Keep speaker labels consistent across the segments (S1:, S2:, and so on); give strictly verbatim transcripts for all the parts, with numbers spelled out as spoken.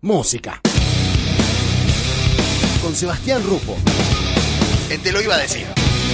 S1: música. Con Sebastián Rufo.
S2: Te lo iba a decir.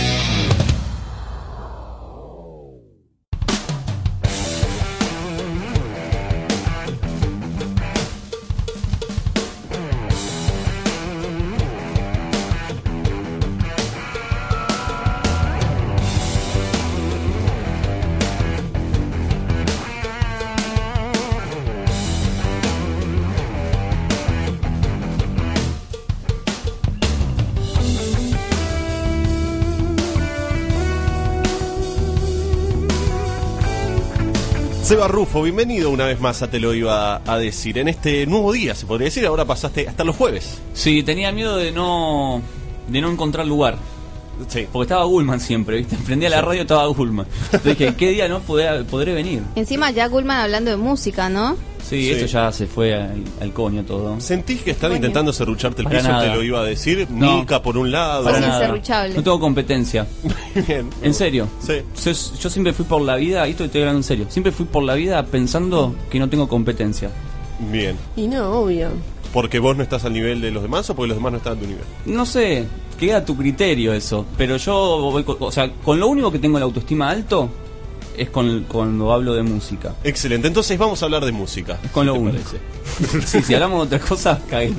S3: Seba Rufo, bienvenido una vez más a Te lo iba a decir. En este nuevo día, se podría decir, ahora pasaste hasta los jueves.
S4: Sí, tenía miedo de no de no encontrar lugar.
S3: Sí.
S4: Porque estaba Gullman siempre, ¿viste? Prendía la radio y estaba Gullman. Entonces dije, ¿qué día no podré, podré venir?
S5: Encima ya Gullman hablando de música, ¿no?
S4: Sí,
S3: Sí.
S4: Esto ya se fue al, al coño todo.
S3: ¿Sentís que están
S5: Bueno.
S3: intentando serrucharte el
S4: Para
S3: piso?
S4: nada.
S3: Te lo iba a decir.
S4: No.
S3: Mica por un lado.
S5: Para
S4: Para
S5: Es
S4: nada.
S5: inserruchable.
S4: No tengo competencia.
S3: Bien.
S4: En serio.
S3: Sí.
S4: Yo, yo siempre fui por la vida, y esto estoy hablando en serio, siempre fui por la vida pensando que no tengo competencia.
S3: Bien.
S6: Y no, obvio.
S3: ¿Porque vos no estás al nivel de los demás o porque los demás no están a tu nivel?
S4: No sé, queda a tu criterio eso, pero yo, voy con- o sea, con lo único que tengo la autoestima alto es con cuando hablo de música.
S3: Excelente. Entonces vamos a hablar de música.
S4: Es con lo
S3: ¿Qué te
S4: único.
S3: parece?
S4: Sí, si hablamos de otras cosas, cagué.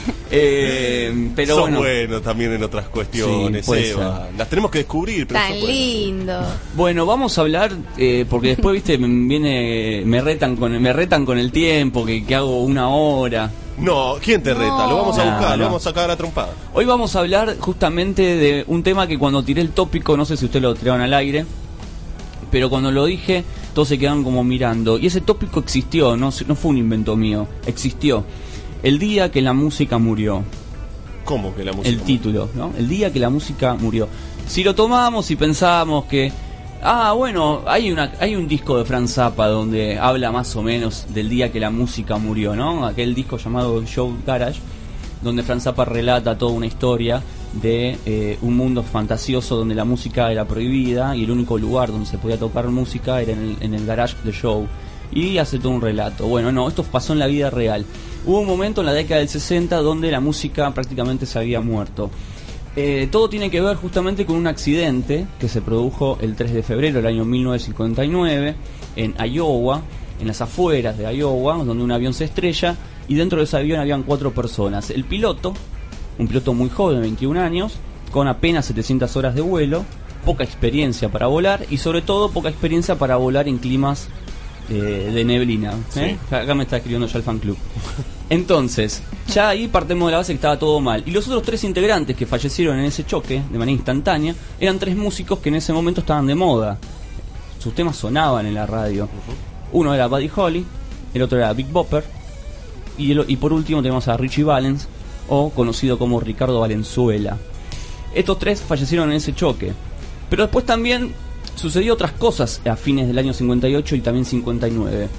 S4: Eh, pero
S3: Sos
S4: bueno,
S3: bueno también en otras cuestiones,
S4: Sí, puede
S3: Eva. Las tenemos que descubrir. Pero
S5: Tan
S3: sos bueno.
S5: lindo.
S4: bueno, vamos a hablar, eh, porque después, viste, me viene, me retan con, me retan con el tiempo, que, que hago una hora.
S3: No, ¿quién te reta?
S5: No.
S3: Lo vamos a
S4: No,
S3: buscar, lo
S4: no.
S3: vamos a cagar a trompada.
S4: Hoy vamos a hablar justamente de un tema que cuando tiré el tópico, no sé si ustedes lo tiraron al aire, pero cuando lo dije, todos se quedaron como mirando. Y ese tópico existió, no, no fue un invento mío, existió. El día que la música murió.
S3: ¿Cómo que la música?
S4: El título, ¿no? El día que la música murió. Si lo tomamos y pensamos que, ah, bueno, hay una hay un disco de Frank Zappa donde habla más o menos del día que la música murió, ¿no? Aquel disco llamado Show Garage, donde Frank Zappa relata toda una historia de eh, un mundo fantasioso donde la música era prohibida y el único lugar donde se podía tocar música era en el, en el garage de Show. Y hace todo un relato. Bueno, no, esto pasó en la vida real. Hubo un momento en la década del sesenta donde la música prácticamente se había muerto. Eh, todo tiene que ver justamente con un accidente que se produjo el tres de febrero del año mil novecientos cincuenta y nueve en Iowa, en las afueras de Iowa, donde un avión se estrella y dentro de ese avión habían cuatro personas. El piloto, un piloto muy joven, veintiún años, con apenas setecientas horas de vuelo, poca experiencia para volar y sobre todo poca experiencia para volar en climas eh, de neblina. ¿eh? Acá me está escribiendo ya el fan club. Entonces, ya ahí partimos de la base que estaba todo mal. Y los otros tres integrantes que fallecieron en ese choque de manera instantánea eran tres músicos que en ese momento estaban de moda. Sus temas sonaban en la radio. Uno era Buddy Holly, el otro era Big Bopper y, el- y por último tenemos a Richie Valens, o conocido como Ricardo Valenzuela. Estos tres fallecieron en ese choque. Pero después también sucedió otras cosas a fines del año cincuenta y ocho y también cincuenta y nueve.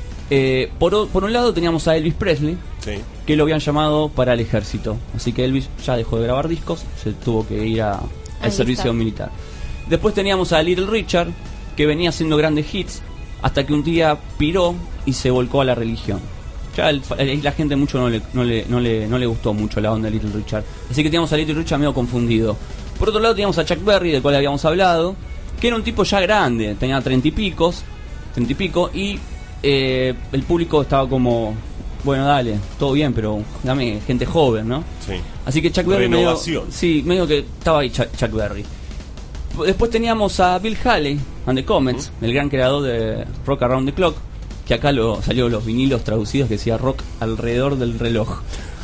S4: Eh, por, o- por un lado teníamos a Elvis Presley,
S3: Sí.
S4: que lo habían llamado para el ejército. Así que Elvis ya dejó de grabar discos, se tuvo que ir a- al
S5: Ahí
S4: servicio
S5: está.
S4: militar. Después teníamos a Little Richard, que venía haciendo grandes hits, hasta que un día piró y se volcó a la religión. Ya el- el- la gente mucho no le, no, le, no, le, no le gustó mucho la onda de Little Richard. Así que teníamos a Little Richard medio confundido. Por otro lado teníamos a Chuck Berry, del cual habíamos hablado, que era un tipo ya grande, tenía treinta y picos, treinta y pico, y eh, el público estaba como, bueno, dale, todo bien, pero dame gente joven, ¿no?
S3: Sí.
S4: Así que Chuck Berry medio,
S3: Renovación.
S4: sí, medio que estaba ahí Chuck, Chuck Berry. Después teníamos a Bill Haley and the Comets, el gran creador de Rock Around the Clock, que acá lo, salió los vinilos traducidos que decía Rock alrededor del reloj.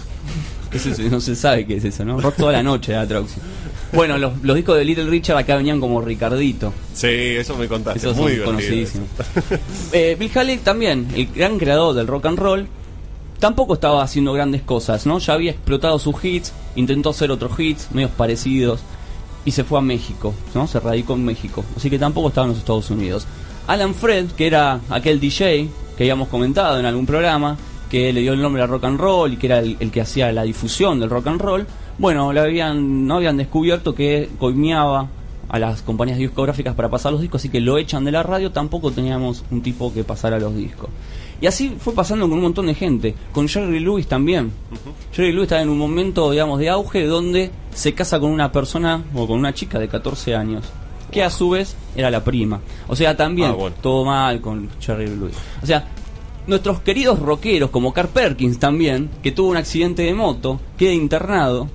S4: ¿Qué es eso? No se sabe qué es eso, ¿no? Rock toda la noche era la traducción. Bueno, los, los discos de Little Richard acá venían como Ricardito.
S3: Sí, eso me contaste.
S4: Esos
S3: Muy
S4: son
S3: divertido
S4: conocidísimos.
S3: eso.
S4: Eh, Bill Haley también, el gran creador del rock and roll, tampoco estaba haciendo grandes cosas, ¿no? Ya había explotado sus hits, intentó hacer otros hits, medios parecidos, y se fue a México, ¿no? Se radicó en México, así que tampoco estaba en los Estados Unidos. Alan Fred, que era aquel D J que habíamos comentado en algún programa, que le dio el nombre al rock and roll y que era el, el que hacía la difusión del rock and roll, bueno, le habían, no habían descubierto que coimeaba a las compañías discográficas para pasar los discos, así que lo echan de la radio, tampoco teníamos un tipo que pasara los discos. Y así fue pasando con un montón de gente. Con Jerry Lewis también. Uh-huh. Jerry Lewis estaba en un momento, digamos, de auge donde se casa con una persona o con una chica de catorce años, que a su vez era la prima. O sea, también, ah, bueno. todo mal con Jerry Lewis. O sea, nuestros queridos rockeros como Carl Perkins también, que tuvo un accidente de moto, queda internado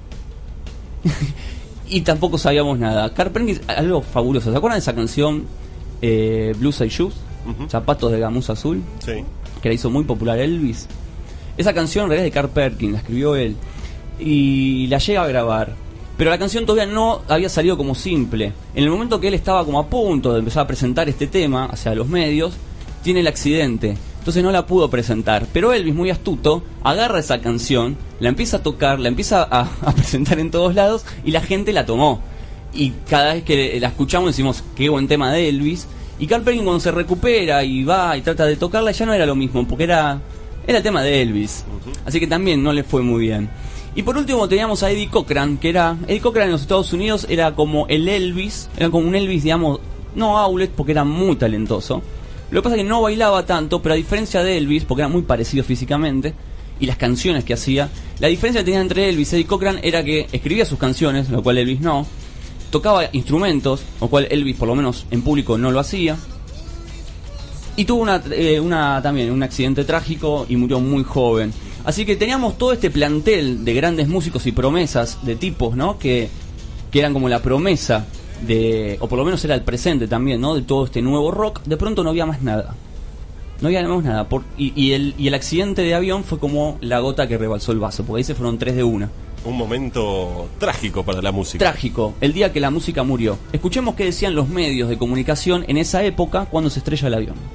S4: y tampoco sabíamos nada. Carl Perkins, algo fabuloso. ¿Se acuerdan de esa canción eh, Blue Suede Shoes? Uh-huh. Zapatos de gamuza azul.
S3: Sí.
S4: Que la hizo muy popular Elvis. Esa canción en realidad es de Carl Perkins, la escribió él y la llega a grabar. Pero la canción todavía no había salido como simple. En el momento que él estaba como a punto de empezar a presentar este tema hacia los medios, tiene el accidente. Entonces no la pudo presentar. Pero Elvis, muy astuto, agarra esa canción, la empieza a tocar, la empieza a, a presentar en todos lados y la gente la tomó. Y cada vez que la escuchamos decimos, qué buen tema de Elvis. Y Carl Perkins cuando se recupera y va y trata de tocarla ya no era lo mismo, porque era, era el tema de Elvis. Uh-huh. Así que también no le fue muy bien. Y por último teníamos a Eddie Cochran, que era... Eddie Cochran en los Estados Unidos era como el Elvis, era como un Elvis, digamos, no outlet, porque era muy talentoso. Lo que pasa es que no bailaba tanto, pero a diferencia de Elvis, porque era muy parecido físicamente, y las canciones que hacía, la diferencia que tenía entre Elvis y Eddie Cochran era que escribía sus canciones, lo cual Elvis no, tocaba instrumentos, lo cual Elvis por lo menos en público no lo hacía, y tuvo una, eh, una también un accidente trágico y murió muy joven. Así que teníamos todo este plantel de grandes músicos y promesas de tipos, ¿no? Que, que eran como la promesa de, o por lo menos era el presente también, ¿no? De todo este nuevo rock. De pronto no había más nada. No había más nada. Por, y, y, el, y el accidente de avión fue como la gota que rebalsó el vaso, porque ahí se fueron tres de una.
S3: Un momento trágico para la música.
S4: Trágico, el día que la música murió. Escuchemos qué decían los medios de comunicación en esa época cuando se estrella el avión.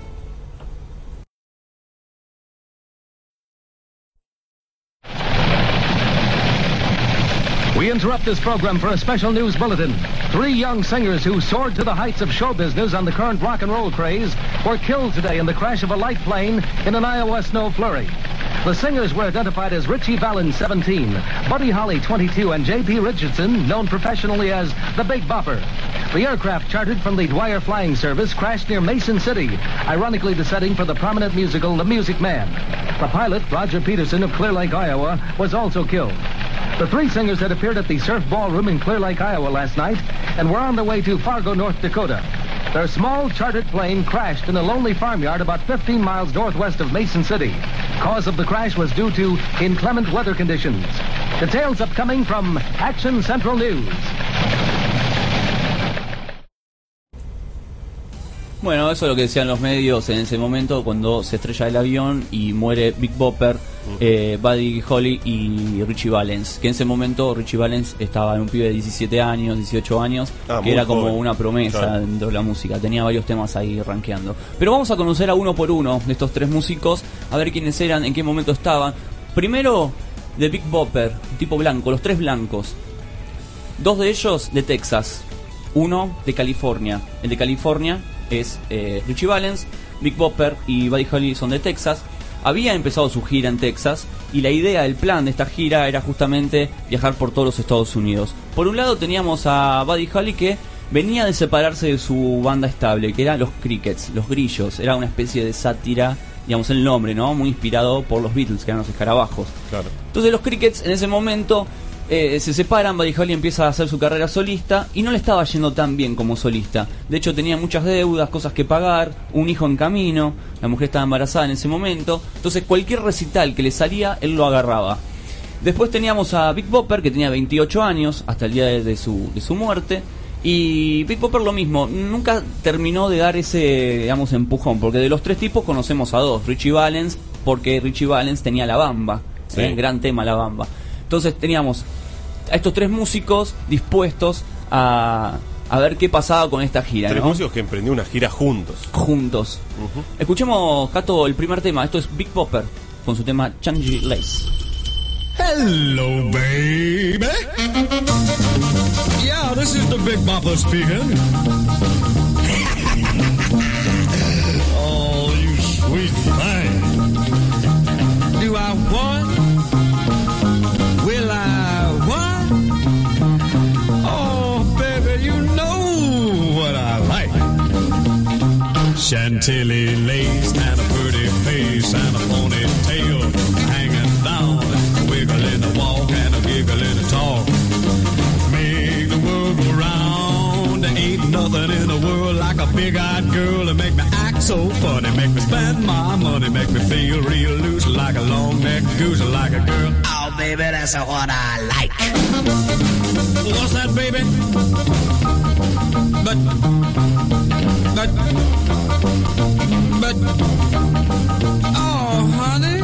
S1: We interrupt this program for a special news bulletin. Three young singers who soared to the heights of show business on the current rock and roll craze were killed today in the crash of a light plane in an Iowa snow flurry. The singers were identified as Richie Valens, seventeen, Buddy Holly, twenty-two, and J P Richardson, known professionally as the Big Bopper. The aircraft chartered from the Dwyer Flying Service crashed near Mason City, ironically the setting for the prominent musical The Music Man. The pilot, Roger Peterson of Clear Lake, Iowa, was also killed. The three singers had appeared at the Surf Ballroom in Clear Lake, Iowa last night and were on their way to Fargo, North Dakota. Their small chartered plane crashed in a lonely farmyard about fifteen miles northwest of Mason City. Cause of the crash was due to inclement weather conditions. Details upcoming from Action Central News.
S4: Bueno, eso es lo que decían los medios en ese momento cuando se estrella el avión y muere Big Bopper, eh, Buddy Holly y Richie Valens. Que en ese momento Richie Valens estaba en un pibe de diecisiete años, dieciocho años, ah, que era como joven. Una promesa claro. Dentro de la música. Tenía varios temas ahí rankeando. Pero vamos a conocer a uno por uno de estos tres músicos, a ver quiénes eran, en qué momento estaban. Primero, de Big Bopper, tipo blanco, los tres blancos. Dos de ellos de Texas, uno de California. El de California es eh, Richie Valens, Big Bopper y Buddy Holly son de Texas. Había empezado su gira en Texas y la idea, el plan de esta gira era justamente viajar por todos los Estados Unidos. Por un lado teníamos a Buddy Holly, que venía de separarse de su banda estable, que eran los Crickets, los Grillos. Era una especie de sátira, digamos el nombre, ¿no? Muy inspirado por los Beatles, que eran los escarabajos. Claro. Entonces los Crickets en ese momento Eh, se separan, Buddy Holly empieza a hacer su carrera solista y no le estaba yendo tan bien como solista. De hecho tenía muchas deudas, cosas que pagar, un hijo en camino, la mujer estaba embarazada en ese momento. Entonces cualquier recital que le salía, él lo agarraba. Después teníamos a Big Bopper, que tenía veintiocho años hasta el día de, de, su, de su muerte. Y Big Bopper lo mismo, nunca terminó de dar ese, digamos, empujón, porque de los tres tipos conocemos a dos. Richie Valens, porque Richie Valens tenía La Bamba, sí. ¿eh? Gran tema La Bamba. Entonces teníamos a estos tres músicos dispuestos a, a ver qué pasaba con esta gira.
S3: Tres
S4: ¿no?
S3: músicos que emprendieron una gira juntos.
S4: Juntos. Uh-huh. Escuchemos, Cato, el primer tema. Esto es Big Bopper con su tema Changy Lace.
S6: Hello, baby. Yeah, this is the Big Bopper speaking. Oh, you sweet thing. Do I want? Will I what? Oh, baby, you know what I like. Chantilly lace and a pretty face and big-eyed girl that make me act so funny, make me spend my money, make me feel real loose like a long-necked goose, like a girl. Oh, baby, that's what I like. What's that, baby? But, but, but, oh, honey.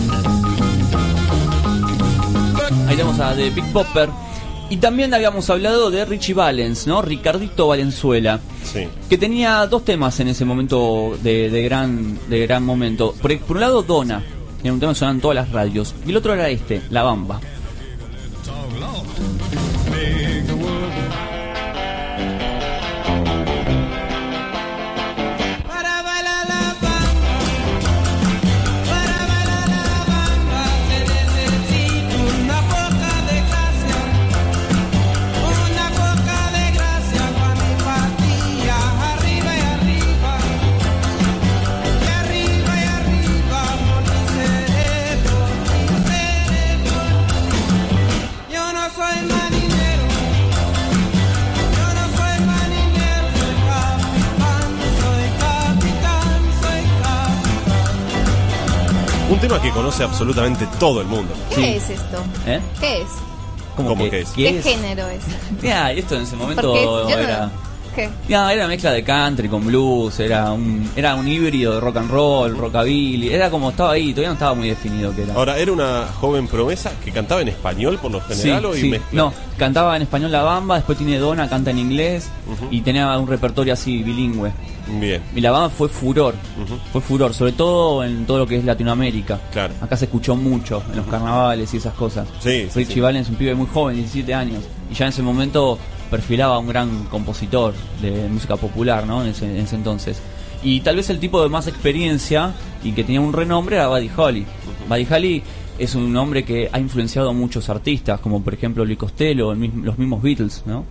S6: But,
S4: Ahí tenemos a The Big Bopper. Y también habíamos hablado de Richie Valens, ¿no? Ricardito Valenzuela.
S3: Sí.
S4: Que tenía dos temas en ese momento de, de gran de gran momento. Por, por un lado, Donna. Era un tema que sonaba en todas las radios. Y el otro era este, La Bamba.
S3: Un tema que conoce absolutamente todo el mundo.
S5: ¿Qué
S4: Sí.
S5: es esto?
S4: ¿Eh?
S5: ¿Qué es?
S4: ¿Cómo,
S3: ¿Cómo
S4: que,
S3: que es?
S5: ¿Qué género es?
S4: Ya, esto en ese momento
S5: Porque yo no-
S4: era...
S5: ¿Qué?
S4: Ya, era una mezcla de country con blues, era un era un híbrido de rock and roll, rockabilly, era como estaba ahí, todavía no estaba muy definido qué era.
S3: Ahora, ¿era una joven promesa que cantaba en español por lo general
S4: Sí,
S3: o
S4: sí.
S3: y mezcla?
S4: No, cantaba en español La Bamba, después tiene Donna, canta en inglés
S3: Ujú.
S4: y tenía un repertorio así bilingüe.
S3: Bien.
S4: Y La Bamba fue furor,
S3: Ujú.
S4: fue furor, sobre todo en todo lo que es Latinoamérica.
S3: Claro.
S4: Acá se escuchó mucho en los carnavales y esas cosas.
S3: Sí, sí,
S4: Richie
S3: sí.
S4: Valens, un pibe muy joven, diecisiete años, y ya en ese momento perfilaba a un gran compositor de música popular, ¿no? En ese, en ese entonces. Y tal vez el tipo de más experiencia y que tenía un renombre era Buddy Holly. Buddy Holly es un hombre que ha influenciado a muchos artistas, como por ejemplo Luis Costello, el mismo- los mismos Beatles, ¿no?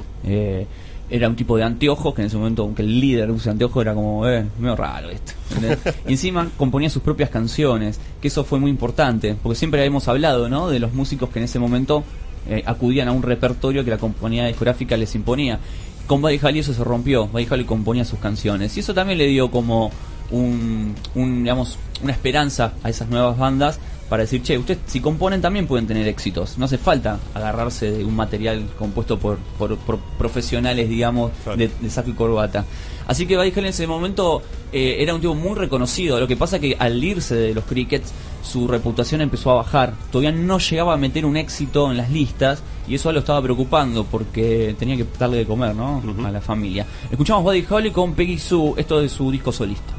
S4: Eh, era un tipo de anteojos que en ese momento, aunque el líder use anteojos, era como, eh, medio raro esto. ¿entendés? Y encima componía sus propias canciones, que eso fue muy importante, porque siempre hemos hablado, ¿no? De los músicos que en ese momento eh, acudían a un repertorio que la compañía discográfica les imponía. Con Buddy Holly eso se rompió, Buddy Holly componía sus canciones, y eso también le dio como un, un digamos, una esperanza a esas nuevas bandas para decir, che, ustedes si componen también pueden tener éxitos, no hace falta agarrarse de un material compuesto por, por, por profesionales, digamos,
S3: Claro.
S4: de, de saco y corbata. Así que Buddy Holly en ese momento eh, era un tipo muy reconocido. Lo que pasa que al irse de los Crickets su reputación empezó a bajar, todavía no llegaba a meter un éxito en las listas y eso lo estaba preocupando porque tenía que darle de comer, ¿no?
S3: Ujú.
S4: A la familia. Escuchamos Buddy Holly con Peggy Sue, esto de su disco solista.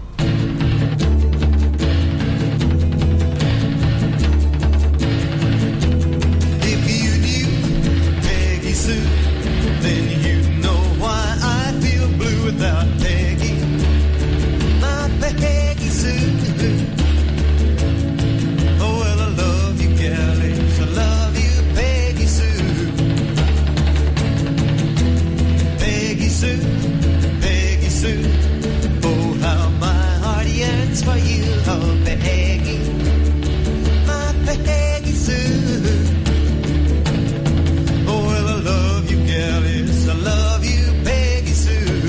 S7: If you knew Peggy Sue, then you know why I feel blue without Peggy. My Peggy Sue. Oh, well, I love you, galleys. I love you, Peggy Sue. Peggy Sue, Peggy Sue. Oh, how my heart yearns for you, oh, Peggy. My Peggy Sue. Oh, well, I love you, galleys. I love you, Peggy Sue.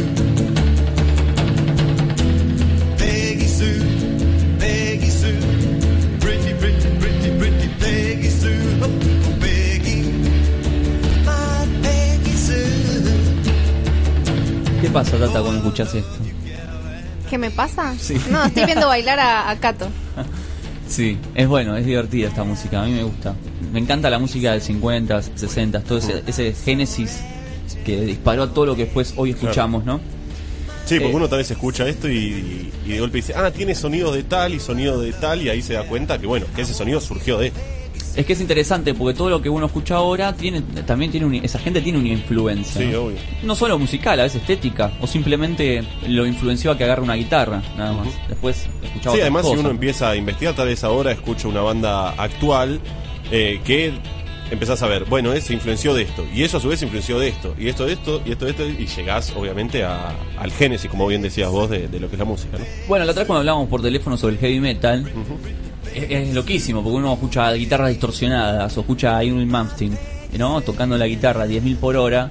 S7: Peggy Sue, Peggy Sue. Pretty, pretty, pretty, pretty Peggy Sue. Oh, oh, Peggy. My Peggy Sue.
S4: ¿Qué pasa, Tata, cuando escuchas esto?
S5: ¿Qué me pasa?
S4: Sí.
S5: No, estoy viendo bailar a, a Cato.
S4: Sí, es bueno, es divertida esta música, a mí me gusta. Me encanta la música de cincuenta, sesenta, todo ese, ese génesis que disparó a todo lo que después hoy escuchamos, ¿no?
S3: Sí, porque
S4: Eh,
S3: uno tal vez escucha esto y, y de golpe dice, ah, tiene sonido de tal y sonido de tal, y ahí se da cuenta que, bueno, que ese sonido surgió de esto.
S4: Es que es interesante porque todo lo que uno escucha ahora tiene también tiene un- esa gente tiene una influencia.
S3: Sí,
S4: ¿no?
S3: obvio.
S4: No solo musical, a veces estética, o simplemente lo influenció a que agarre una guitarra, nada más. Después escuchaba
S3: Sí,
S4: otras
S3: además si
S4: cosas.
S3: uno empieza a investigar, tal vez ahora escucha una banda actual eh, que empezás a ver, bueno, ese influenció de esto, y eso a su vez influenció de esto, y esto de esto, y esto de esto, y llegás obviamente a, al génesis, como bien decías vos, de, de lo que es la música, ¿no?
S4: Bueno, la otra vez cuando hablábamos por teléfono sobre el heavy metal, es, es loquísimo, porque uno escucha guitarras distorsionadas, o escucha a Irving Malmsteen, ¿no? Tocando la guitarra a diez mil por hora,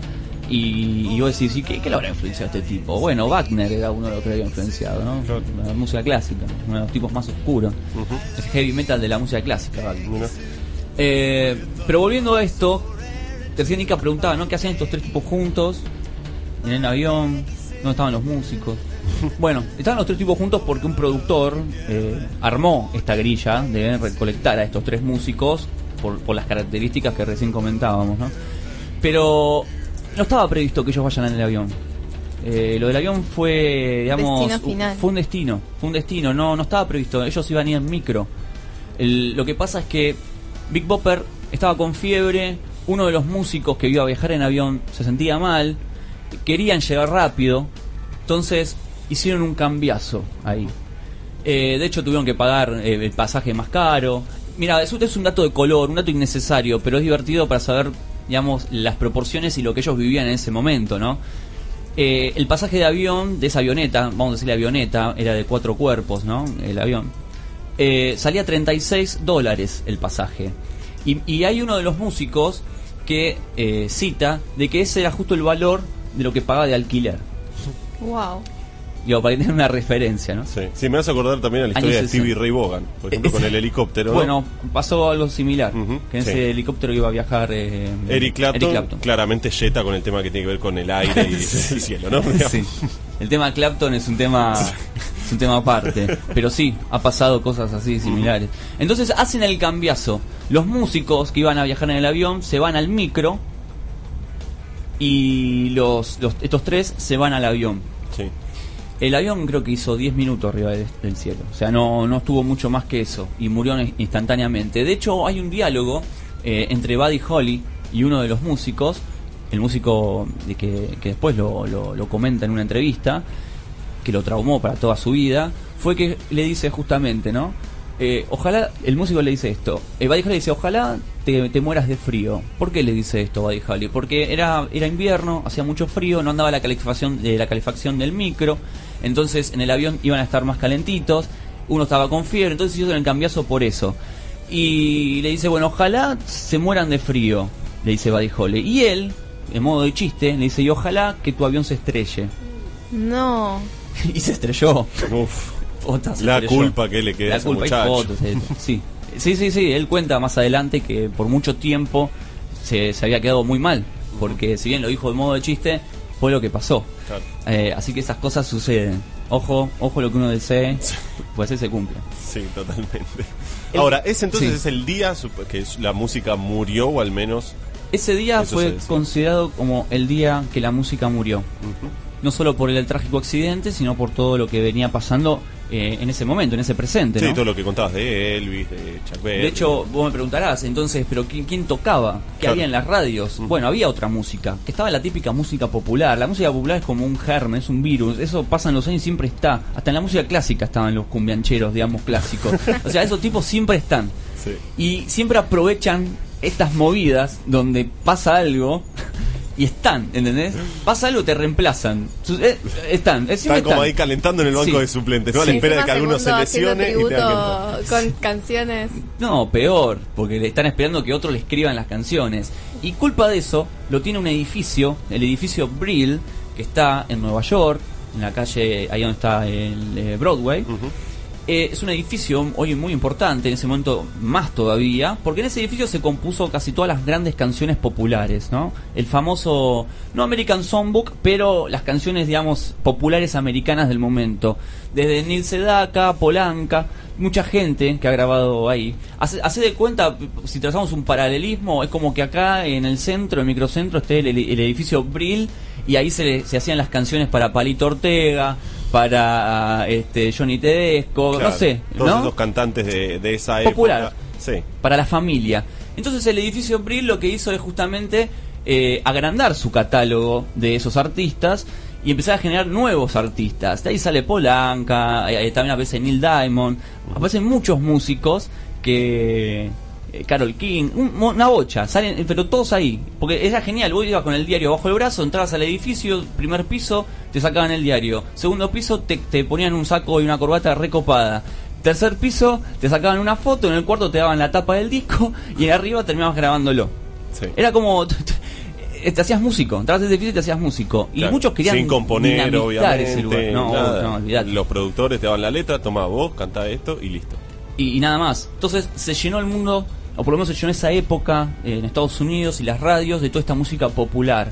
S4: Y, y vos decís, ¿y qué, qué lo habrá influenciado a este tipo? Bueno, Wagner era uno de los que lo había influenciado, ¿no?
S3: Claro.
S4: La música clásica, uno de los tipos más oscuros.
S3: Ujú.
S4: Es heavy metal de la música clásica, Wagner.
S3: Mira.
S4: Eh, pero volviendo a esto, recién Nika preguntaba, ¿no? ¿Qué hacían estos tres tipos juntos? En el avión, ¿dónde estaban los músicos? Bueno, estaban los tres tipos juntos porque un productor eh, armó esta grilla de recolectar a estos tres músicos por, por las características que recién comentábamos, ¿no? Pero no estaba previsto que ellos vayan en el avión. Eh, lo del avión fue, digamos,
S5: Destino final.
S4: fue un destino, fue un destino, no, no estaba previsto. Ellos iban a ir en micro. El- lo que pasa es que Big Bopper estaba con fiebre, uno de los músicos que iba a viajar en avión se sentía mal, querían llegar rápido, entonces hicieron un cambiazo ahí. Eh, de hecho tuvieron que pagar eh, el pasaje más caro. Mira, eso es un dato de color, un dato innecesario, pero es divertido para saber, digamos, las proporciones y lo que ellos vivían en ese momento, ¿no? Eh, el pasaje de avión, de esa avioneta, vamos a decirle avioneta, era de cuatro cuerpos, ¿no? El avión. Eh, salía treinta y seis dólares el pasaje. Y, y hay uno de los músicos que eh, cita de que ese era justo el valor de lo que pagaba de alquiler.
S5: Wow.
S4: Digo, para que tengan una referencia, ¿no?
S3: Sí. Sí, me vas a acordar también a la historia
S4: Años
S3: de Stevie
S4: sesenta.
S3: Ray Vaughan, por ejemplo, con el helicóptero, ¿no?
S4: Bueno, pasó algo similar.
S3: Ujú,
S4: que en
S3: sí.
S4: ese helicóptero iba a viajar eh,
S3: Eric Clapton,
S4: Eric Clapton.
S3: claramente yeta con el tema que tiene que ver con el aire y el cielo, ¿no?
S4: Sí. El tema Clapton es un tema es un tema aparte, pero sí, ha pasado cosas así similares. Entonces hacen el cambiazo. Los músicos que iban a viajar en el avión se van al micro y los, los estos tres se van al avión.
S3: Sí.
S4: El avión creo que hizo diez minutos arriba del, del cielo. O sea, no, no estuvo mucho más que eso. Y murió instantáneamente. De hecho, hay un diálogo eh, entre Buddy Holly y uno de los músicos. El músico de que, que después lo, lo, lo comenta en una entrevista, que lo traumó para toda su vida, fue que le dice justamente, ¿no? Eh, ojalá, el músico le dice esto. Eh, Buddy Holly dice, ojalá te, te mueras de frío. ¿Por qué le dice esto Buddy Holly? Porque era, era invierno, hacía mucho frío, no andaba la calefacción, eh, la calefacción del micro. Entonces en el avión iban a estar más calentitos. Uno estaba con fiebre, entonces hizo el cambiazo por eso. Y le dice, bueno, ojalá se mueran de frío, le dice Buddy Holly. Y él, en modo de chiste, le dice, y ojalá que tu avión se estrelle.
S5: No.
S4: Y se estrelló.
S3: Uf.
S4: Puta, se
S3: La
S4: estrelló.
S3: culpa que le queda a
S4: La
S3: ese
S4: culpa, hay
S3: muchacho.
S4: fotos, eh, sí. Sí, sí, sí, él cuenta más adelante que por mucho tiempo se, se había quedado muy mal, porque si bien lo dijo de modo de chiste, fue lo que pasó.
S3: Claro.
S4: Eh, así que esas cosas suceden. Ojo, ojo lo que uno desee, pues ese se cumple.
S3: Sí, totalmente.
S4: El-
S3: Ahora, ese entonces
S4: sí.
S3: es el día sup- que la música murió, o al menos...
S4: Ese día
S3: Eso se
S4: fue
S3: decía.
S4: considerado como el día que la música murió.
S3: Ujú.
S4: No solo por el trágico accidente, sino por todo lo que venía pasando eh, en ese momento, en ese presente,
S3: Sí,
S4: ¿no?
S3: todo lo que contabas de Elvis, de Chuck Berry.
S4: De hecho, vos me preguntarás, entonces, ¿pero quién, quién tocaba? ¿Qué
S3: Claro.
S4: había en las radios?
S3: Mm.
S4: Bueno, había otra música. Estaba la típica música popular. La música popular es como un germen, es un virus. Eso pasa en los años y siempre está. Hasta en la música clásica estaban los cumbiancheros, digamos, clásicos. O sea, esos tipos siempre están.
S3: Sí.
S4: Y siempre aprovechan estas movidas donde pasa algo y están, ¿entendés? Pasa algo, te reemplazan. Su- eh, están, eh, siempre
S3: Están como
S4: están.
S3: ahí calentando en el banco
S4: Sí.
S3: de suplentes, ¿no? A la
S4: Sí.
S3: espera de que
S5: Encima
S3: alguno se
S5: segundo haciendo
S3: lesione y tenga que
S5: tributo con canciones.
S4: No, peor, porque le están esperando que otro le escriban las canciones. Y culpa de eso lo tiene un edificio, el edificio Brill, que está en Nueva York, en la calle, ahí donde está el eh, Broadway.
S3: Ujú.
S4: Eh, es un edificio hoy muy importante, en ese momento más todavía, porque en ese edificio se compuso casi todas las grandes canciones populares, ¿no? El famoso, no American Songbook, pero las canciones, digamos, populares americanas del momento. Desde Neil Sedaka, Polanca, mucha gente que ha grabado ahí. Hace, hace de cuenta, si trazamos un paralelismo, es como que acá en el centro, el microcentro, esté el, el edificio Brill, y ahí se, le- se hacían las canciones para Palito Ortega, para este Johnny Tedesco,
S3: Claro,
S4: no sé,
S3: todos
S4: ¿no?
S3: esos cantantes de, de esa
S4: Popular.
S3: época. Sí.
S4: Para la familia. Entonces el edificio Brill lo que hizo es justamente eh, agrandar su catálogo de esos artistas y empezar a generar nuevos artistas. De ahí sale Polanca, eh, también aparece Neil Diamond, aparecen muchos músicos que... eh, Carol King, un- una bocha, salen, pero todos ahí, porque era genial, vos ibas con el diario bajo el brazo, entrabas al edificio, primer piso, te sacaban el diario, segundo piso, te, te ponían un saco y una corbata recopada, tercer piso, te sacaban una foto, en el cuarto te daban la tapa del disco, y en arriba terminabas grabándolo.
S3: Sí.
S4: Era como... eh, te hacías músico, entrabas en ese edificio y te hacías músico. Y
S3: Claro,
S4: muchos querían
S3: sin componer,
S4: dinamitar
S3: obviamente,
S4: ese lugar. No,
S3: nada.
S4: no, olvidate.
S3: Los productores te daban la letra, tomá vos, cantá esto y listo.
S4: Y, y nada más. Entonces se llenó el mundo, o por lo menos se llenó esa época eh, en Estados Unidos y las radios de toda esta música popular.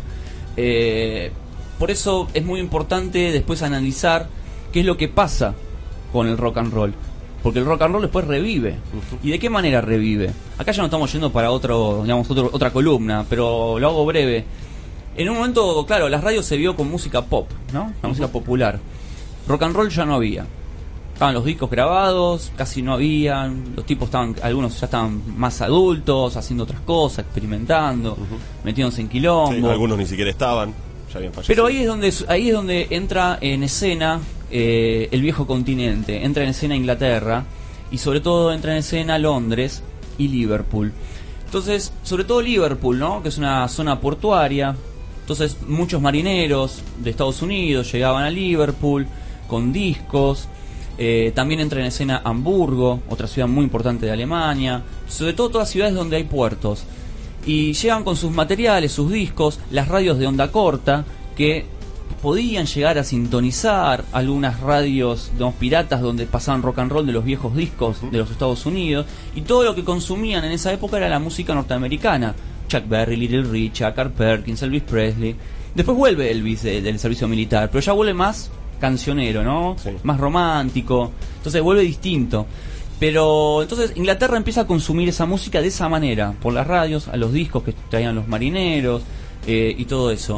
S4: Eh, por eso es muy importante después analizar qué es lo que pasa con el rock and roll. Porque el rock and roll después revive. Uh-huh. ¿Y de qué manera revive? Acá ya no estamos yendo para otro, digamos, otro, otra columna, pero lo hago breve. En un momento, claro, las radios se vio con música pop, ¿no? La uh-huh. música popular. Rock and roll ya no había. Estaban los discos grabados, casi no habían. Los tipos estaban, algunos ya estaban más adultos, haciendo otras cosas, experimentando, uh-huh. metiéndose en quilombo. Sí,
S3: algunos ni siquiera estaban, ya habían fallecido.
S4: Pero ahí es donde, ahí es donde entra en escena eh, el viejo continente, entra en escena Inglaterra y sobre todo entra en escena Londres y Liverpool. Entonces, sobre todo Liverpool, ¿no? Que es una zona portuaria. Entonces, muchos marineros de Estados Unidos llegaban a Liverpool con discos. Eh, también entra en escena Hamburgo, otra ciudad muy importante de Alemania, sobre todo todas ciudades donde hay puertos, y llegan con sus materiales, sus discos, las radios de onda corta que podían llegar a sintonizar algunas radios, digamos, piratas donde pasaban rock and roll de los viejos discos de los Estados Unidos, y todo lo que consumían en esa época era la música norteamericana. Chuck Berry, Little Richard, Carl Perkins, Elvis Presley. Después vuelve Elvis de, del servicio militar, pero ya vuelve más cancionero, ¿no? Sí. Más romántico. Entonces vuelve distinto. Pero entonces Inglaterra empieza a consumir esa música de esa manera, por las radios, a los discos que traían los marineros eh, y todo eso.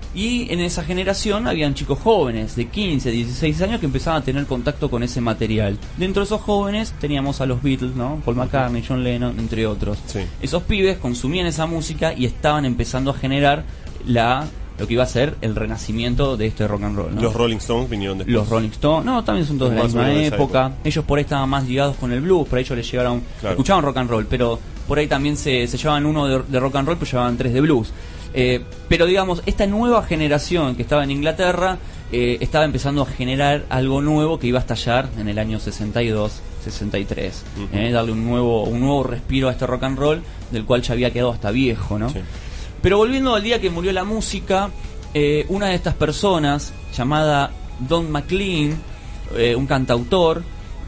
S4: Y en esa generación habían chicos jóvenes de quince, dieciséis años que empezaban a tener contacto con ese material. Dentro de esos jóvenes teníamos a los Beatles, ¿no? Paul McCartney, John Lennon, entre otros. Sí. Esos pibes consumían esa música y estaban empezando a generar la lo que iba a ser el renacimiento de este rock and roll, ¿no?
S3: Los Rolling Stones vinieron después.
S4: Los Rolling Stones, no, también son todos de la misma época. época. Ellos por ahí estaban más ligados con el blues, por ahí ellos les llegaron, claro. escuchaban rock and roll, pero por ahí también se, se llevaban uno de, de rock and roll, pero llevaban tres de blues. Eh, pero digamos, esta nueva generación que estaba en Inglaterra eh, estaba empezando a generar algo nuevo que iba a estallar en el año sesenta y dos, sesenta y tres. Uh-huh. eh, darle un nuevo, un nuevo respiro a este rock and roll, del cual ya había quedado hasta viejo, ¿no? Sí. Pero volviendo al día que murió la música, eh, una de estas personas, llamada Don McLean, eh, un cantautor,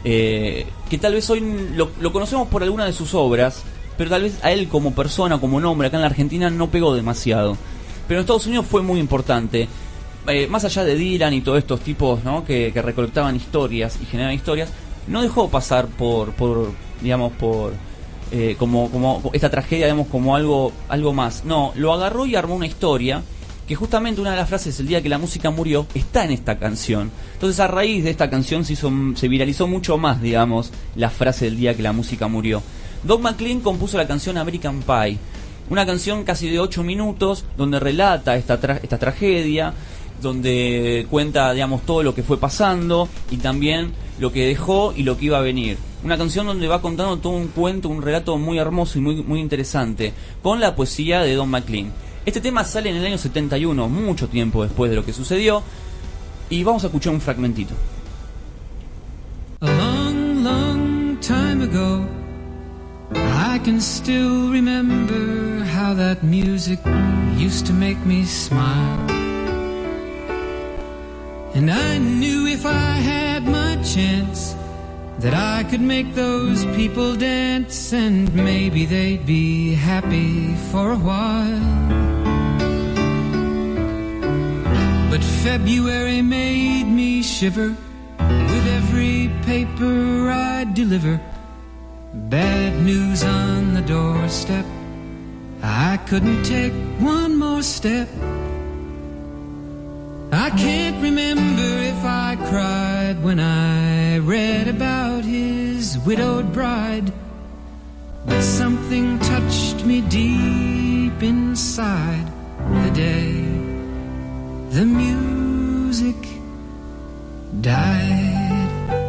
S4: eh, que tal vez hoy lo, lo conocemos por alguna de sus obras, pero tal vez a él como persona, como nombre, acá en la Argentina no pegó demasiado. Pero en Estados Unidos fue muy importante. Eh, más allá de Dylan y todos estos tipos, ¿no? que, que recolectaban historias y generaban historias, no dejó pasar por, por digamos, por... Eh, como, como esta tragedia, digamos, como algo algo más. No, lo agarró y armó una historia que justamente una de las frases, el día que la música murió, está en esta canción. Entonces a raíz de esta canción se hizo, se viralizó mucho más, digamos, la frase del día que la música murió. Don McLean compuso la canción American Pie, una canción casi de ocho minutos donde relata esta, tra- esta tragedia, donde cuenta, digamos, todo lo que fue pasando y también lo que dejó y lo que iba a venir. Una canción donde va contando todo un cuento, un relato muy hermoso y muy, muy interesante, con la poesía de Don McLean. Este tema sale en el año setenta y uno, mucho tiempo después de lo que sucedió, y vamos a escuchar un fragmentito.
S8: A long, long time ago, I can still remember how that music used to make me smile. And I knew if I had my chance that I could make those people dance, and maybe they'd be happy for a while. But February made me shiver with every paper I'd deliver. Bad news on the doorstep, I couldn't take one more step. I can't remember if I cried when I read about his widowed bride, but something touched me deep inside the day the music died.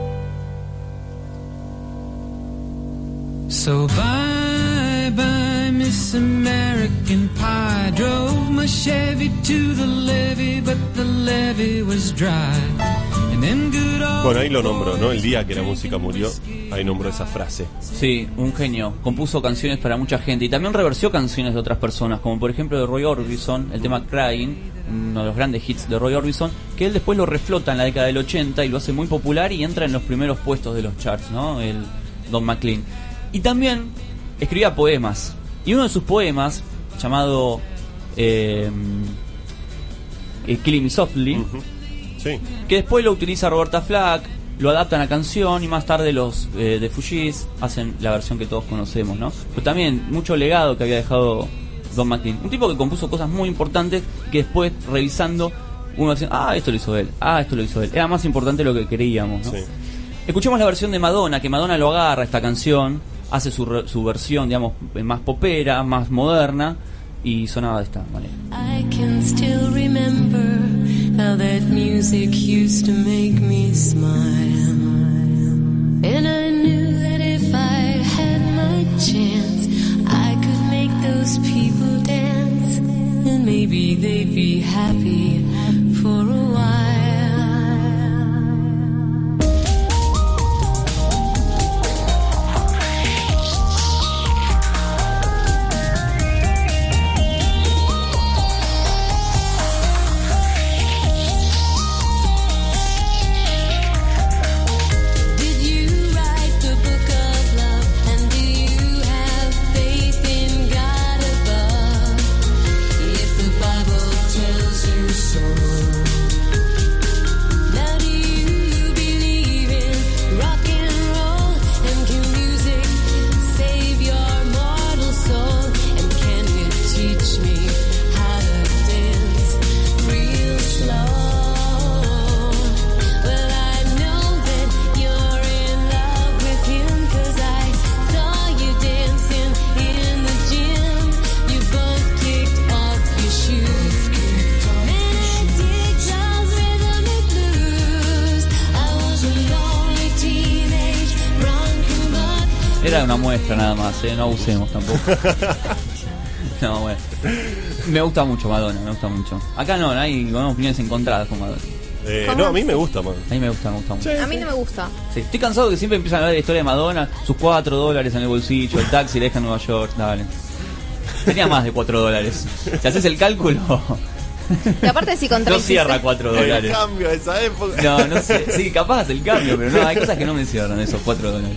S8: So bye bye Miss American Pie. Drove my Chevy to the levee, but the levee was dry. And then good old
S3: Bueno, ahí lo nombro, ¿no? El día que la música murió, ahí nombró esa frase.
S4: Sí, un genio. Compuso canciones para mucha gente y también reversió canciones de otras personas, como por ejemplo de Roy Orbison, el tema Crying, uno de los grandes hits de Roy Orbison, que él después lo reflota en la década del ochenta y lo hace muy popular y entra en los primeros puestos de los charts, ¿no? El Don McLean. Y también escribía poemas. Y uno de sus poemas, llamado eh, eh, Killing Me Softly,
S3: Uh-huh. Sí.
S4: que después lo utiliza Roberta Flack, lo adaptan a canción y más tarde los eh, de Fugees hacen la versión que todos conocemos, ¿no? Pero también mucho legado que había dejado Don McLean. Un tipo que compuso cosas muy importantes que después, revisando, uno decía, ah, esto lo hizo él, ah, esto lo hizo él. Era más importante de lo que creíamos, ¿no?
S3: Sí.
S4: Escuchemos la versión de Madonna, que Madonna lo agarra esta canción, hace su, re- su versión, digamos, más popera, más moderna, y sonaba de esta manera.
S9: I can still remember how that music used to make me smile. And I knew that if I had my chance, I could make those people dance. And maybe they'd be happy for a while.
S4: Era una muestra nada más, ¿eh? No abusemos tampoco. No, bueno. Me gusta mucho Madonna, me gusta mucho. Acá no, hay bueno, opiniones encontradas con Madonna.
S3: Eh,
S5: ¿Cómo?
S3: no, a mí me gusta, man.
S4: A mí me gusta, me gusta mucho.
S5: A mí no me gusta.
S4: Sí, estoy cansado que siempre empiezan a hablar de la historia de Madonna, sus cuatro dólares en el bolsillo, el taxi le deja en Nueva York, dale. Tenía más de cuatro dólares. Si haces el cálculo,
S5: Y aparte si con
S4: no cierra cuatro
S3: El
S4: dólares.
S3: cambio de esa época.
S4: No, no sé. Sí, capaz el cambio, pero no, hay cosas que no me cierran esos cuatro dólares.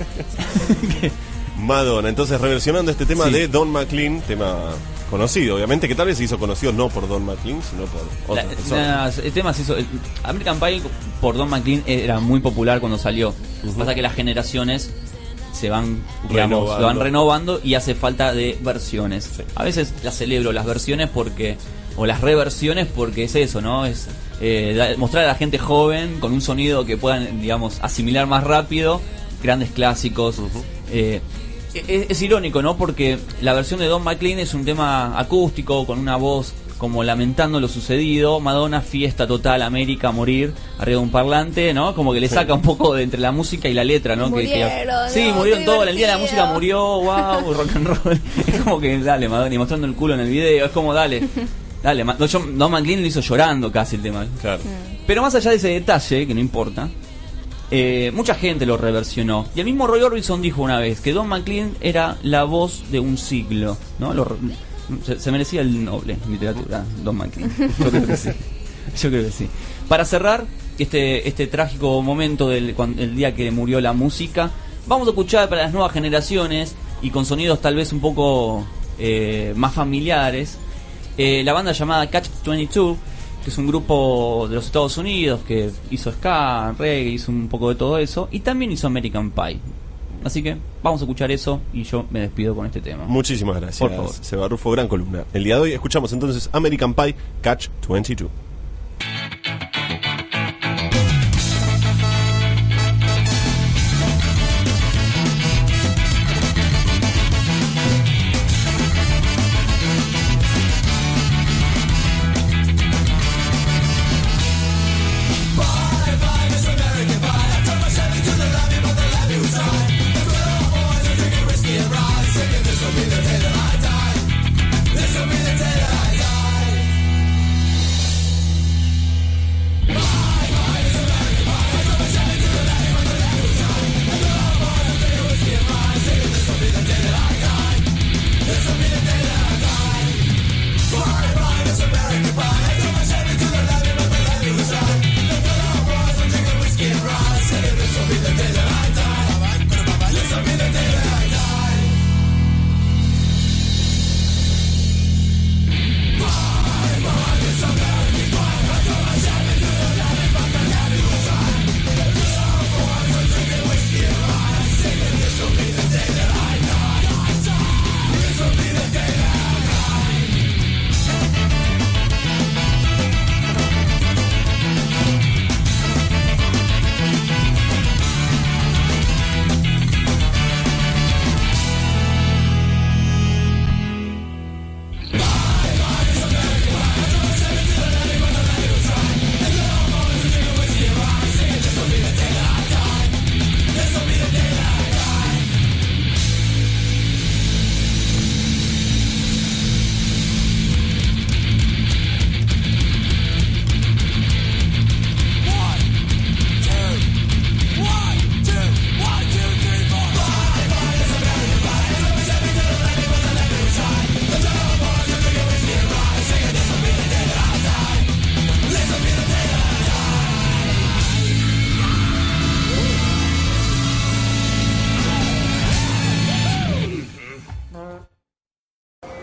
S3: Madonna, entonces reversionando este tema
S4: Sí.
S3: de Don McLean, tema conocido, obviamente, que tal vez se hizo conocido no por Don McLean, sino por
S4: La-
S3: otras personas.
S4: na- el tema se hizo. el- American Pie por Don McLean era muy popular cuando salió.
S3: Ujú.
S4: Pasa que las generaciones se van, digamos,
S3: Renovando.
S4: lo van renovando y hace falta de versiones.
S3: Sí.
S4: A veces las celebro las versiones porque o las reversiones porque es eso, ¿no? Es eh, da- mostrar a la gente joven con un sonido que puedan, digamos, asimilar más rápido grandes clásicos.
S3: Ujú.
S4: Eh, es, es irónico, ¿no? Porque la versión de Don McLean es un tema acústico con una voz como lamentando lo sucedido. Madonna, fiesta total, América, morir arriba de un parlante, ¿no? Como que le saca un poco de entre la música y la letra, ¿no? Que- que-
S5: Murieron,
S4: sí,
S5: no,
S4: murieron
S5: qué
S4: todos. El día de la
S5: divertido.
S4: música murió, wow, rock and roll. Es como que dale, Madonna, y mostrando el culo en el video, es como dale. Dale, Ma- no, yo- Don McLean lo hizo llorando casi el tema.
S3: Claro.
S4: Pero más allá de ese detalle, que no importa, eh, mucha gente lo reversionó. Y el mismo Roy Orbison dijo una vez que Don McLean era la voz de un siglo, ¿no? Lo re- se, se merecía el Nobel en literatura, Don McLean. Yo creo que sí. Yo creo que sí. Para cerrar este este trágico momento del cuan- el día que murió la música, vamos a escuchar para las nuevas generaciones y con sonidos tal vez un poco eh, más familiares. Eh, la banda llamada Catch veintidós, que es un grupo de los Estados Unidos que hizo ska, reggae, hizo un poco de todo eso, y también hizo American Pie. Así que vamos a escuchar eso y yo me despido con este tema.
S3: Muchísimas gracias,
S4: Por favor.
S3: Seba Rufo, gran columna. El día de hoy escuchamos entonces American Pie, Catch veintidós.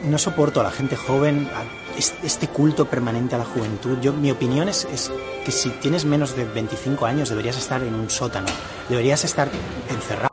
S10: no soporto a la gente joven, a este culto permanente a la juventud. Yo, mi opinión es, es que si tienes menos de veinticinco años deberías estar en un sótano, deberías estar encerrado.